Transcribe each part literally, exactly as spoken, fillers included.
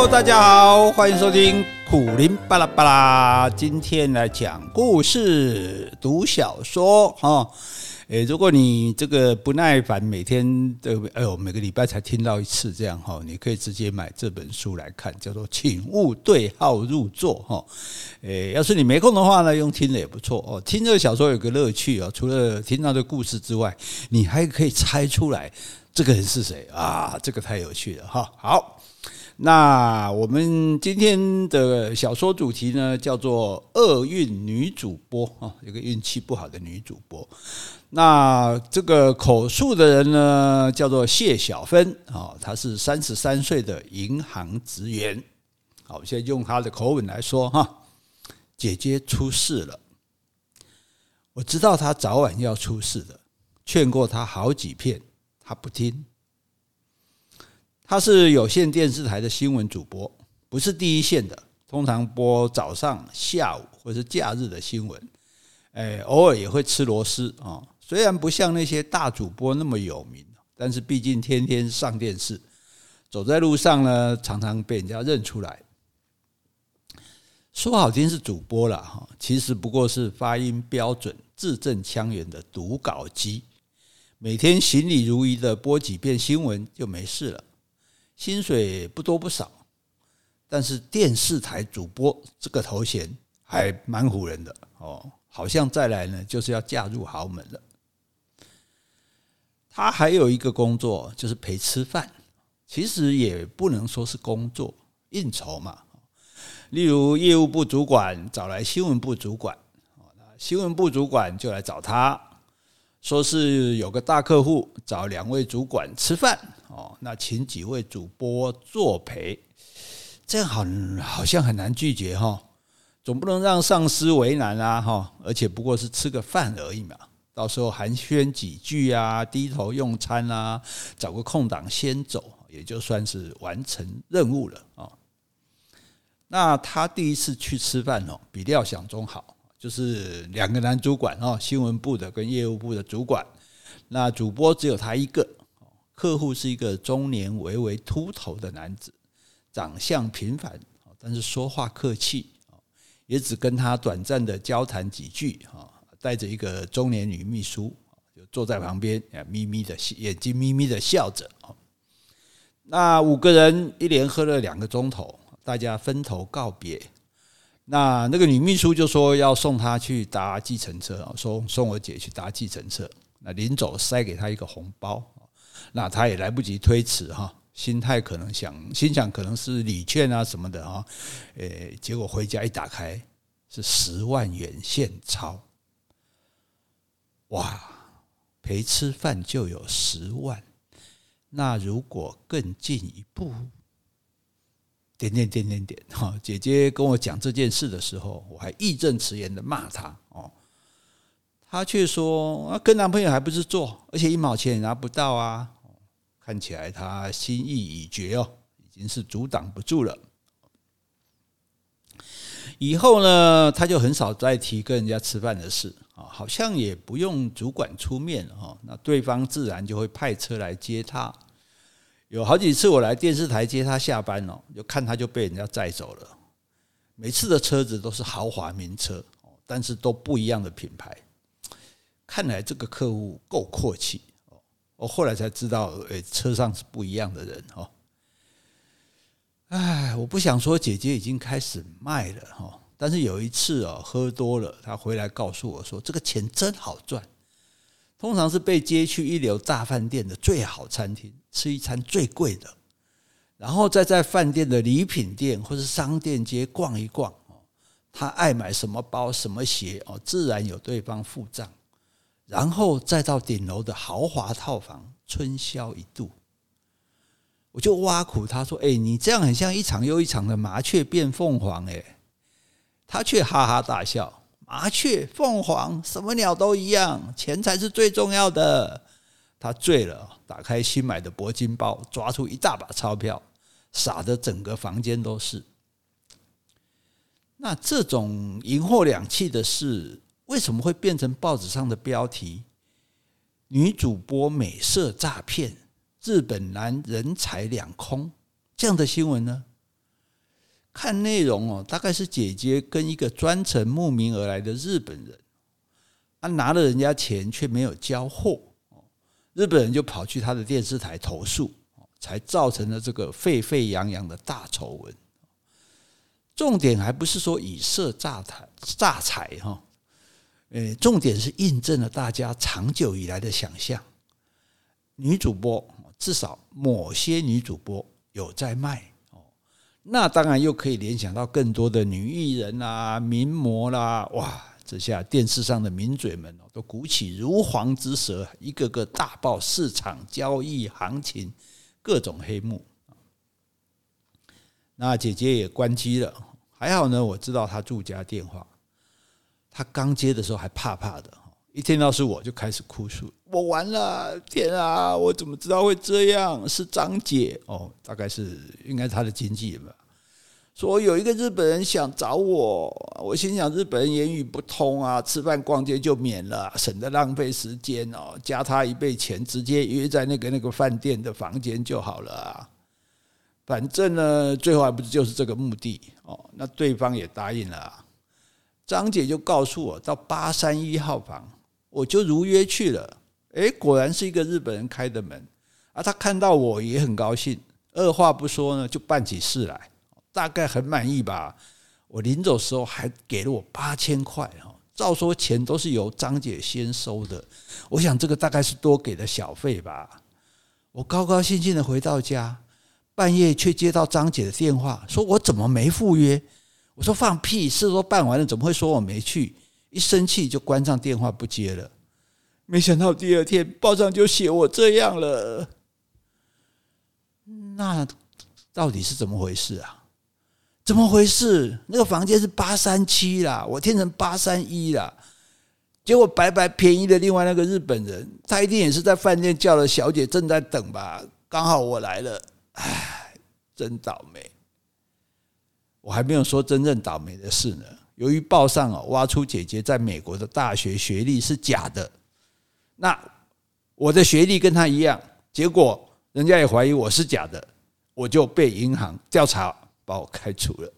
Hello， 大家好，欢迎收听苦苓巴拉巴拉。今天来讲故事、读小说哈。诶，如果你这个不耐烦，每天的哎呦每个礼拜才听到一次这样哈，你可以直接买这本书来看，叫做《请勿对号入座》哈。诶，要是你没空的话呢，用听的也不错哦。听这个小说有个乐趣哦，除了听到的故事之外，你还可以猜出来这个人是谁啊？这个太有趣了哈。好。那我们今天的小说主题呢，叫做厄运女主播啊，有个运气不好的女主播。那这个口述的人呢，叫做谢小芬啊，她是三十三岁的银行职员。好，现在用她的口吻来说哈，姐姐出事了，我知道她早晚要出事的，劝过她好几遍，她不听。他是有线电视台的新闻主播，不是第一线的，通常播早上、下午或是假日的新闻，哎，偶尔也会吃螺丝啊。虽然不像那些大主播那么有名，但是毕竟天天上电视，走在路上呢，常常被人家认出来。说好听是主播啦，其实不过是发音标准、字正腔圆的读稿机，每天行礼如仪的播几遍新闻就没事了。薪水不多不少，但是电视台主播这个头衔还蛮唬人的哦，好像再来呢就是要嫁入豪门了。他还有一个工作就是陪吃饭，其实也不能说是工作，应酬嘛。例如业务部主管找来新闻部主管，新闻部主管就来找他，说是有个大客户找两位主管吃饭哦，那请几位主播作陪，这样好好像很难拒绝哈，总不能让上司为难啊哈，而且不过是吃个饭而已嘛，到时候寒暄几句啊，低头用餐啊，找个空档先走，也就算是完成任务了啊。那他第一次去吃饭哦，比料想中好，就是两个男主管哦，新闻部的跟业务部的主管，那主播只有他一个。客户是一个中年微微秃头的男子，长相平凡，但是说话客气，也只跟他短暂的交谈几句，带着一个中年女秘书就坐在旁边，眯眯的眼睛眯眯的笑着。那五个人一连喝了两个钟头，大家分头告别。那那个女秘书就说要送他去搭计程车，送送我姐去搭计程车。那临走塞给他一个红包。那他也来不及推辞哈，心态可能想心想可能是礼券啊什么的哈，诶，结果回家一打开是十万元现钞，哇，陪吃饭就有十万，那如果更进一步，点点点点点哈，姐姐跟我讲这件事的时候，我还义正辞严的骂她哦。他却说、啊、跟男朋友还不是做，而且一毛钱也拿不到啊！看起来他心意已决哦，已经是阻挡不住了。以后呢，他就很少再提跟人家吃饭的事，好像也不用主管出面了，那对方自然就会派车来接他。有好几次我来电视台接他下班哦，就看他就被人家载走了。每次的车子都是豪华名车，但是都不一样的品牌。看来这个客户够阔气，我后来才知道，车上是不一样的人哦。哎，我不想说姐姐已经开始卖了哈，但是有一次哦，喝多了，她回来告诉我说，这个钱真好赚。通常是被接去一流大饭店的最好餐厅吃一餐最贵的，然后再在饭店的礼品店或是商店街逛一逛。她爱买什么包什么鞋哦，自然有对方付账。然后再到顶楼的豪华套房春宵一度，我就挖苦他说：“哎、欸，你这样很像一场又一场的麻雀变凤凰。”哎，他却哈哈大笑：“麻雀、凤凰，什么鸟都一样，钱才是最重要的。”他醉了，打开新买的铂金包，抓出一大把钞票，撒得整个房间都是。那这种银货两讫的事，为什么会变成报纸上的标题？女主播美色诈骗，日本男人财两空，这样的新闻呢？ 看内容哦，大概是姐姐跟一个专程慕名而来的日本人，啊，拿了人家钱却没有交货，日本人就跑去他的电视台投诉，才造成了这个沸沸扬扬的大丑闻。重点还不是说以色诈财诈财哈，呃，重点是印证了大家长久以来的想象，女主播至少某些女主播有在卖。那当然又可以联想到更多的女艺人啦、名模啦，哇！这下电视上的名嘴们都鼓起如簧之舌，一个个大爆市场交易行情，各种黑幕。那姐姐也关机了，还好呢，我知道她住家电话，她刚接的时候还怕怕的，一听到是我就开始哭诉，我完了，天啊，我怎么知道会这样？是张姐哦，大概是应该是她的经纪人吧。说有一个日本人想找我，我心想日本人言语不通啊，吃饭逛街就免了，省得浪费时间哦，加他一倍钱，直接约在那个那个饭店的房间就好了啊。反正呢，最后还不是就是这个目的哦。那对方也答应了啊。张姐就告诉我到八三一号房，我就如约去了。诶，果然是一个日本人开的门啊，他看到我也很高兴，二话不说呢就办起事来。大概很满意吧，我临走时候还给了我八千块，照说钱都是由张姐先收的，我想这个大概是多给的小费吧。我高高兴兴的回到家，半夜却接到张姐的电话，说我怎么没赴约？我说放屁，事都办完了，怎么会说我没去？一生气就关上电话不接了。没想到第二天报上就写我这样了，那到底是怎么回事啊？怎么回事？那个房间是八三七啦，我填成八三一啦，结果白白便宜的另外那个日本人，他一定也是在饭店叫了小姐正在等吧，刚好我来了，唉，真倒霉。我还没有说真正倒霉的事呢。由于报上挖出姐姐在美国的大学学历是假的，那我的学历跟她一样，结果人家也怀疑我是假的，我就被银行调查，把我开除了。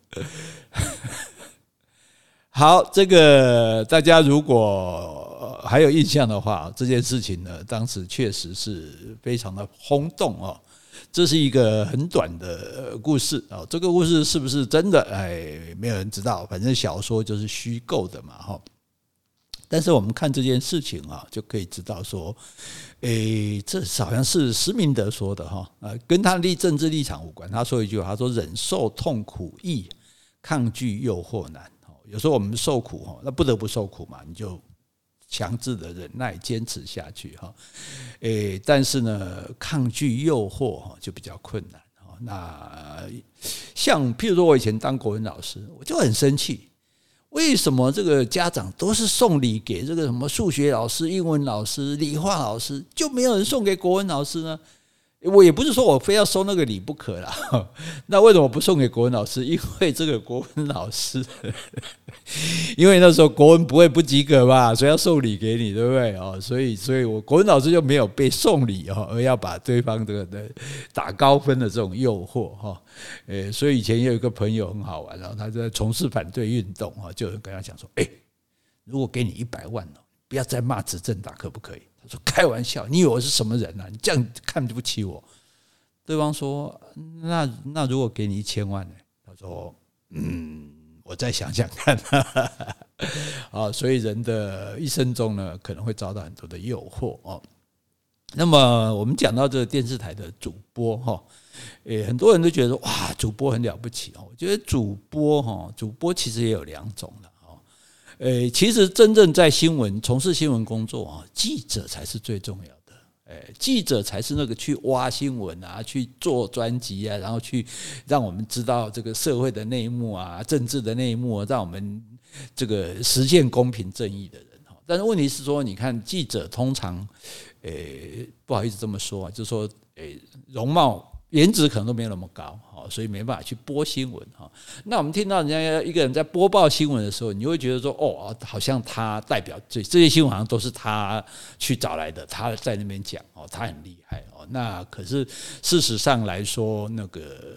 好，这个大家如果还有印象的话，这件事情呢，当时确实是非常的轰动哦。这是一个很短的故事啊，这个故事是不是真的？哎，没有人知道，反正小说就是虚构的嘛，哈。但是我们看这件事情啊，就可以知道说，诶，这好像是施明德说的哈，呃，跟他的政治立场无关。他说一句话，他说忍受痛苦易，抗拒诱惑难。有时候我们受苦哈，那不得不受苦嘛，你就强制的忍耐坚持下去哈，诶，但是呢，抗拒诱惑就比较困难。那像譬如说我以前当国文老师，我就很生气，为什么这个家长都是送礼给这个什么数学老师、英文老师、理化老师，就没有人送给国文老师呢？我也不是说我非要收那个礼不可啦，那为什么不送给国文老师？因为这个国文老师，因为那时候国文不会不及格吧，所以要送礼给你，对不对？哦，所以，所以我国文老师就没有被送礼哦，而要把对方这个打高分的这种诱惑哈。诶，所以以前也有一个朋友很好玩，然后他在从事反对运动哈，就有人跟他讲说，哎，如果给你一百万哦，不要再骂执政党，可不可以？他说开玩笑，你以为我是什么人啊？你这样看不起我。对方说，那那如果给你一千万呢？他说，嗯，我再想想看。啊，所以人的一生中呢，可能会遭到很多的诱惑哦。那么我们讲到这个电视台的主播哈，诶，很多人都觉得哇，主播很了不起哦。我觉得主播哈，主播其实也有两种的。呃，其实真正在新闻从事新闻工作啊，记者才是最重要的。呃，记者才是那个去挖新闻啊，去做专辑啊，然后去让我们知道这个社会的内幕啊、政治的内幕啊，让我们这个实现公平正义的人。但是问题是说，你看记者通常，呃，不好意思这么说啊，就是说，呃，容貌。颜值可能都没有那么高，所以没办法去播新闻。那我们听到人家一个人在播报新闻的时候，你会觉得说，哦，好像他代表这这些新闻好像都是他去找来的，他在那边讲，他很厉害。那可是事实上来说，那个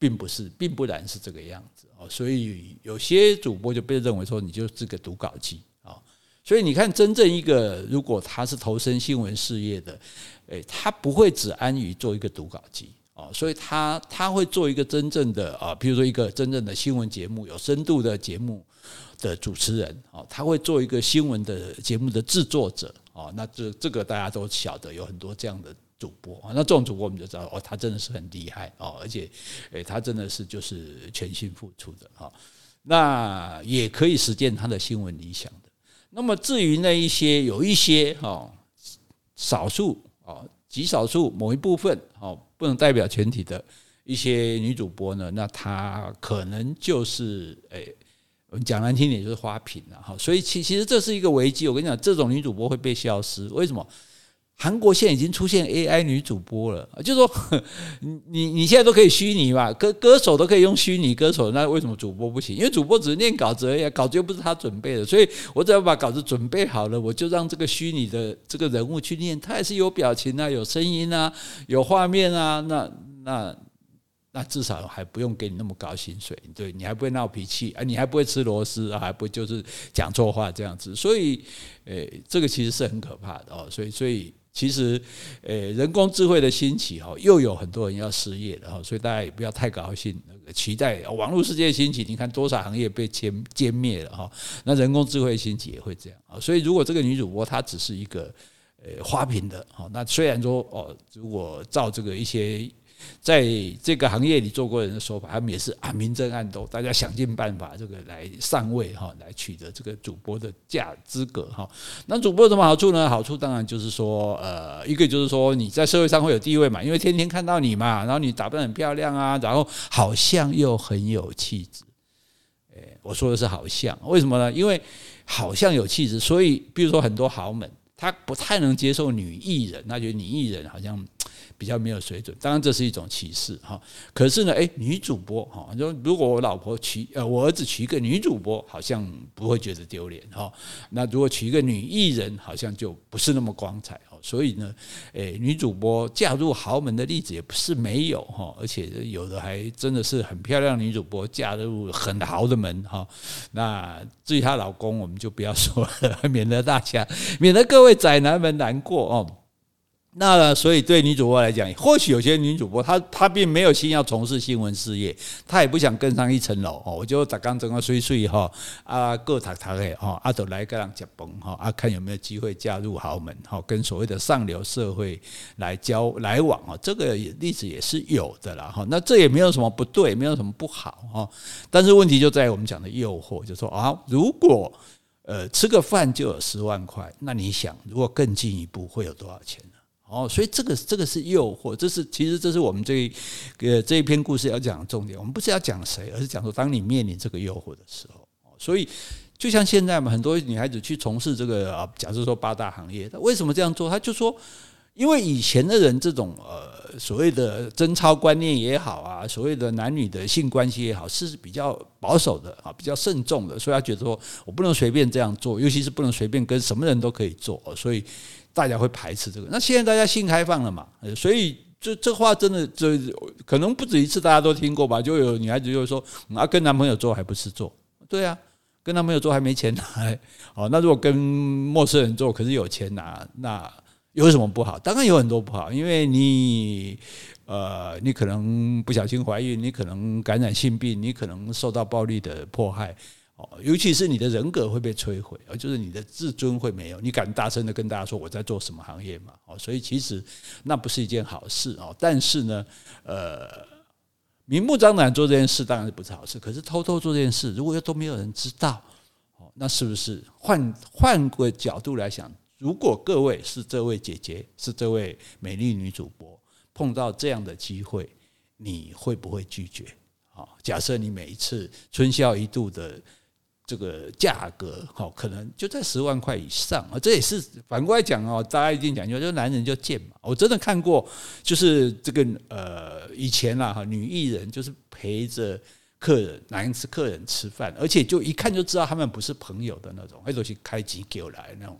并不是，并不然是这个样子哦。所以有些主播就被认为说你就是个读稿机啊。所以你看，真正一个如果他是投身新闻事业的，诶，他不会只安于做一个读稿机。所以他他会做一个真正的啊，比如说一个真正的新闻节目，有深度的节目的主持人啊，他会做一个新闻的节目的制作者啊。那这这个大家都晓得，有很多这样的主播啊。那这种主播我们就知道哦，他真的是很厉害哦，而且诶，他真的是就是全心付出的啊。那也可以实践他的新闻理想的。那么至于那一些有一些哈少数啊。极少数某一部分不能代表全体的一些女主播呢，那她可能就是诶，我们讲难听点就是花瓶了。所以其实这是一个危机。我跟你讲，这种女主播会被消失，为什么？韩国现在已经出现 A I 女主播了，就是说你你现在都可以虚拟嘛，歌歌手都可以用虚拟歌手，那为什么主播不行？因为主播只是念稿子而已，稿子又不是他准备的，所以我只要把稿子准备好了，我就让这个虚拟的这个人物去念，他也是有表情啊，有声音啊，有画面啊，那那那至少还不用给你那么高薪水，对，你还不会闹脾气啊，你还不会吃螺丝啊，还不会就是讲错话这样子，所以呃，这个其实是很可怕的哦，所以所以。其实，呃，人工智慧的兴起哈，又有很多人要失业了哈，所以大家也不要太高兴，期待网络世界的兴起，你看多少行业被歼歼灭了哈，那人工智慧兴起也会这样啊。所以如果这个女主播她只是一个呃花瓶的哈，那虽然说哦，如果照这个一些。在这个行业里做过人的说法，他们也是啊明争暗斗，大家想尽办法这个来上位哈，来取得这个主播的价资格哈。那主播有什么好处呢？好处当然就是说，呃，一个就是说你在社会上会有地位嘛，因为天天看到你嘛，然后你打扮很漂亮啊，然后好像又很有气质。诶，我说的是好像，为什么呢？因为好像有气质，所以比如说很多豪门，他不太能接受女艺人，他觉得女艺人好像。比较没有水准，当然这是一种歧视哈。可是呢，哎，女主播哈，如果我老婆娶呃我儿子娶一个女主播，好像不会觉得丢脸哈。那如果娶一个女艺人，好像就不是那么光彩哈。所以呢，哎，女主播嫁入豪门的例子也不是没有哈，而且有的还真的是很漂亮的女主播嫁入很豪的门哈。那至于她老公，我们就不要说了，免得大家免得各位宅男们难过哦。那所以对女主播来讲，或许有些女主播她她并没有心要从事新闻事业，她也不想更上一层楼哦。我就打刚整个水水哈啊，各读读的哈，啊都来跟人结婚哈，啊看有没有机会嫁入豪门哈，跟所谓的上流社会来交来往啊，这个例子也是有的啦哈。那这也没有什么不对，没有什么不好哈。但是问题就在于我们讲的诱惑，就说啊，如果呃吃个饭就有十万块，那你想，如果更进一步会有多少钱？哦，所以这个这个是诱惑，这是其实这是我们这一呃这一篇故事要讲的重点。我们不是要讲谁，而是讲说当你面临这个诱惑的时候，所以就像现在嘛，很多女孩子去从事这个啊，假设说八大行业，为什么这样做？他就说，因为以前的人这种呃所谓的贞操观念也好啊，所谓的男女的性关系也好，是比较保守的啊，比较慎重的，所以他觉得说我不能随便这样做，尤其是不能随便跟什么人都可以做，所以。大家会排斥这个，那现在大家性开放了嘛，所以这这话真的这可能不止一次，大家都听过吧？就有女孩子就说啊，跟男朋友做还不是做？对啊，跟男朋友做还没钱拿，哦，那如果跟陌生人做，可是有钱拿，那有什么不好？当然有很多不好，因为你呃，你可能不小心怀孕，你可能感染性病，你可能受到暴力的迫害。尤其是你的人格会被摧毁，就是你的自尊会没有，你敢大声的跟大家说我在做什么行业嘛？所以其实那不是一件好事哦。但是呢，呃，明目张胆做这件事当然是不是好事，可是偷偷做这件事，如果又都没有人知道，那是不是换换个角度来想，如果各位是这位姐姐，是这位美丽女主播，碰到这样的机会，你会不会拒绝？假设你每一次春宵一度的这个价格可能就在十万块以上，这也是反过来讲哦，大家一定讲究，就男人就贱嘛。我真的看过，就是这个呃以前啦，女艺人就是陪着客人男客人吃饭，而且就一看就知道他们不是朋友的那种，那都是开钱给我来那种。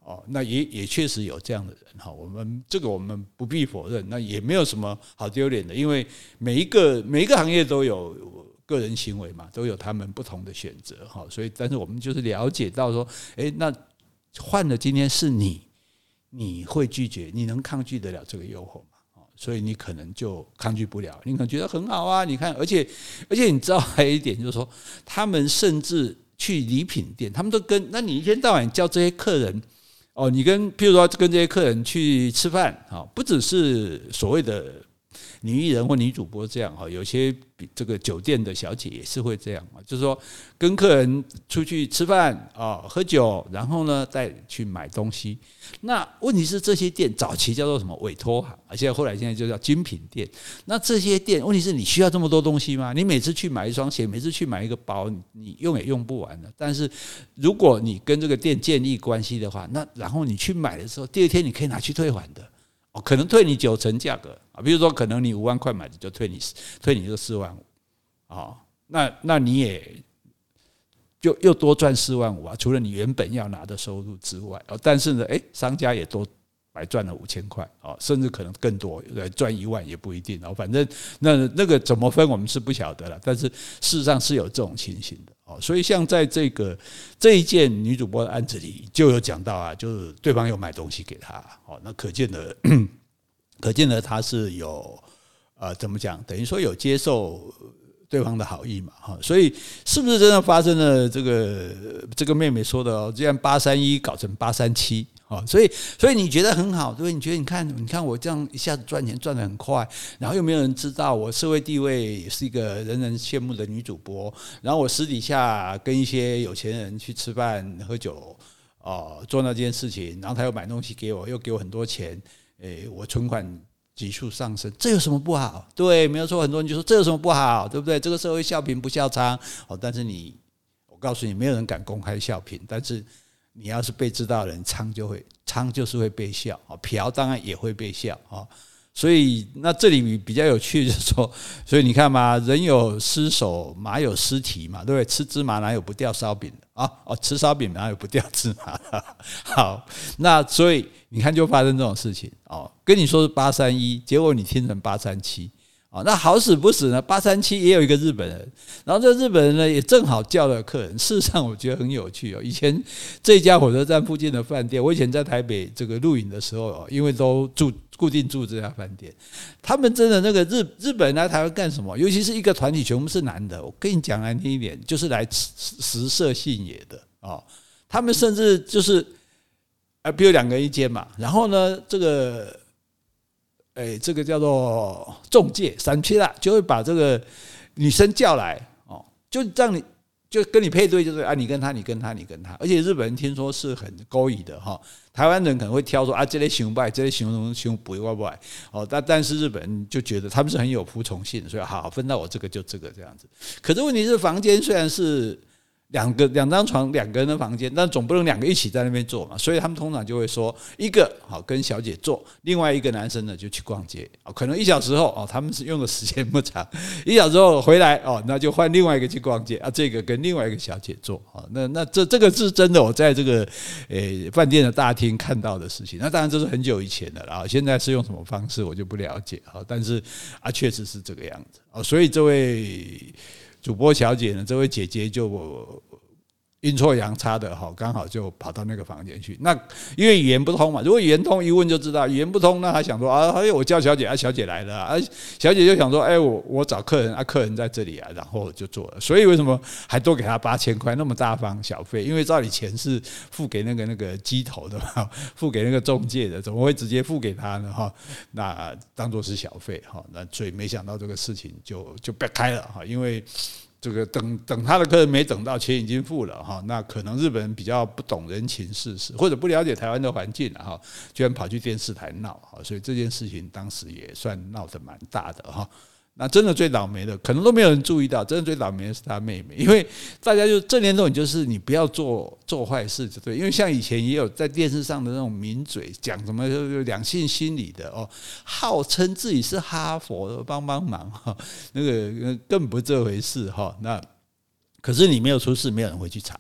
哦，那也也确实有这样的人哈，我们这个我们不必否认，那也没有什么好丢脸的，因为每一个每一个行业都有个人行为嘛，都有他们不同的选择哈，所以但是我们就是了解到说，哎，那换了今天是你，你会拒绝，你能抗拒得了这个诱惑吗？所以你可能就抗拒不了，你可能觉得很好啊，你看，而且而且你知道还有一点就是说，他们甚至去礼品店，他们都跟，那你一天到晚叫这些客人，哦，你跟譬如说跟这些客人去吃饭，不只是所谓的女艺人或女主播这样，有些这个酒店的小姐也是会这样，就是说跟客人出去吃饭喝酒，然后呢再去买东西。那问题是这些店早期叫做什么委托行，现在后来现在就叫精品店。那这些店问题是你需要这么多东西吗？你每次去买一双鞋，每次去买一个包，你用也用不完的。但是如果你跟这个店建立关系的话，那然后你去买的时候，第二天你可以拿去退还的。哦，可能退你九成价格啊，比如说可能你五万块买的就退你退你这四万五，啊，那那你也就又多赚四万五啊，除了你原本要拿的收入之外，但是呢，哎，商家也多白赚了五千块啊，甚至可能更多，赚一万也不一定啊，反正那那个怎么分我们是不晓得了，但是事实上是有这种情形的。所以像在这个这一件女主播的案子里就有讲到啊，就是对方有买东西给她，那可见的可见的他是有呃怎么讲，等于说有接受对方的好意嘛，所以是不是真的发生了这个这个妹妹说的哦，这样八三一搞成八三七，所以所以你觉得很好，对，你觉得你看你看我这样一下子赚钱赚得很快，然后又没有人知道我社会地位是一个人人羡慕的女主播，然后我私底下跟一些有钱人去吃饭喝酒，哦，做那件事情，然后他又买东西给我，又给我很多钱，诶，我存款急速上升，这有什么不好？对，没有错，很多人就说这有什么不好，对不对？这个社会笑贫不笑娼，哦，但是你，我告诉你，没有人敢公开笑贫，但是你要是被知道的人，娼就会娼就是会被笑，嫖当然也会被笑，所以那这里比较有趣就是说，所以你看嘛，人有失手，马有失蹄嘛，对不对？吃芝麻哪有不掉烧饼的啊？哦，吃烧饼哪有不掉芝麻的？好，那所以你看就发生这种事情哦，跟你说是八三一，结果你听成八三七。哦，那好死不死呢，八三七也有一个日本人，然后这日本人呢也正好叫了客人。事实上我觉得很有趣哦，以前这家火车站附近的饭店，我以前在台北这个录影的时候，因为都住固定住这家饭店，他们真的那个日日本人来台湾干什么？尤其是一个团体全部是男的，我跟你讲难听一点，就是来食色性也的哦。他们甚至就是啊，比如两个人一间嘛，然后呢这个。哎，这个叫做中介三七啦，就会把这个女生叫来哦，就让你就跟你配对，就是啊，你跟他，你跟他，你跟他。而且日本人听说是很勾引的哈，台湾人可能会挑说啊，这类熊拜，这类熊熊不会不哦，但但是日本人就觉得他们是很有服从性，所以好分到我这个就这个这样子。可是问题是，房间虽然是。两个两张床两个人的房间，但总不能两个一起在那边坐嘛，所以他们通常就会说，一个好跟小姐坐，另外一个男生呢就去逛街，可能一小时后哦，他们是用的时间不长，一小时后回来哦，那就换另外一个去逛街啊，这个跟另外一个小姐坐啊，那那这这个是真的，我在这个诶饭店的大厅看到的事情，那当然这是很久以前的了，现在是用什么方式我就不了解啊，但是啊确实是这个样子啊，所以这位。主播小姐呢，这位姐姐就阴错阳差的哈，刚好就跑到那个房间去。那因为语言不通嘛，如果语言通，一问就知道。语言不通，那他想说啊，哎，我叫小姐啊，小姐来了啊，小姐就想说，哎，我我找客人啊，客人在这里啊，然后就做了。所以为什么还多给他八千块，那么大方小费？因为照理钱是付给那个那个鸡头的嘛，付给那个中介的，怎么会直接付给他呢？哈，那当做是小费哈。那所以没想到这个事情就就别开了哈，因为。这个等等他的客人没等到，钱已经付了哈，那可能日本人比较不懂人情世事，或者不了解台湾的环境哈，居然跑去电视台闹哈，所以这件事情当时也算闹得蛮大的哈。那真的最倒霉的，可能都没有人注意到，真的最倒霉的是他妹妹，因为大家就这年头，你就是你不要做做坏事就对，因为像以前也有在电视上的那种名嘴讲什么两性心理的哦，号称自己是哈佛的，帮帮忙哈，那个根本不是这回事哈。那可是你没有出事，没有人会去查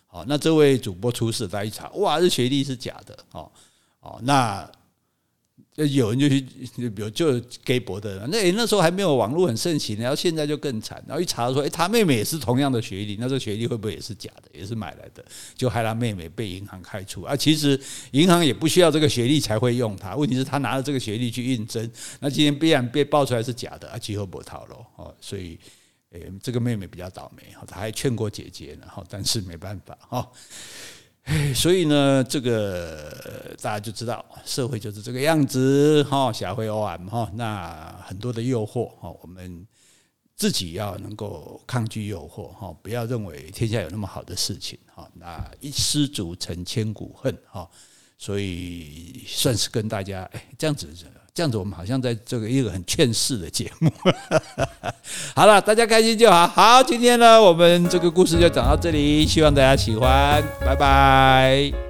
好，那这位主播出事，他一查，哇，这学历是假的，哦哦，那有人就去，比如就 gay 博的人，那、欸、那时候还没有网络很盛行，然后现在就更惨，然后一查说，哎、欸，他妹妹也是同样的学历，那这个学历会不会也是假的，也是买来的，就害他妹妹被银行开除啊？其实银行也不需要这个学历才会用他，问题是他拿了这个学历去应征，那今天必然被爆出来是假的啊，几乎不套咯哦，所以。欸、这个妹妹比较倒霉，她还劝过姐姐呢，但是没办法哈。所以呢，这个大家就知道，社会就是这个样子哈，社会黑暗哈。那很多的诱惑哈，我们自己要能够抗拒诱惑哈，不要认为天下有那么好的事情哈。那一失足成千古恨哈，所以算是跟大家哎这样子。这样子，我们好像在这个一个很劝世的节目。好了，大家开心就好。好，今天呢，我们这个故事就讲到这里，希望大家喜欢，拜拜。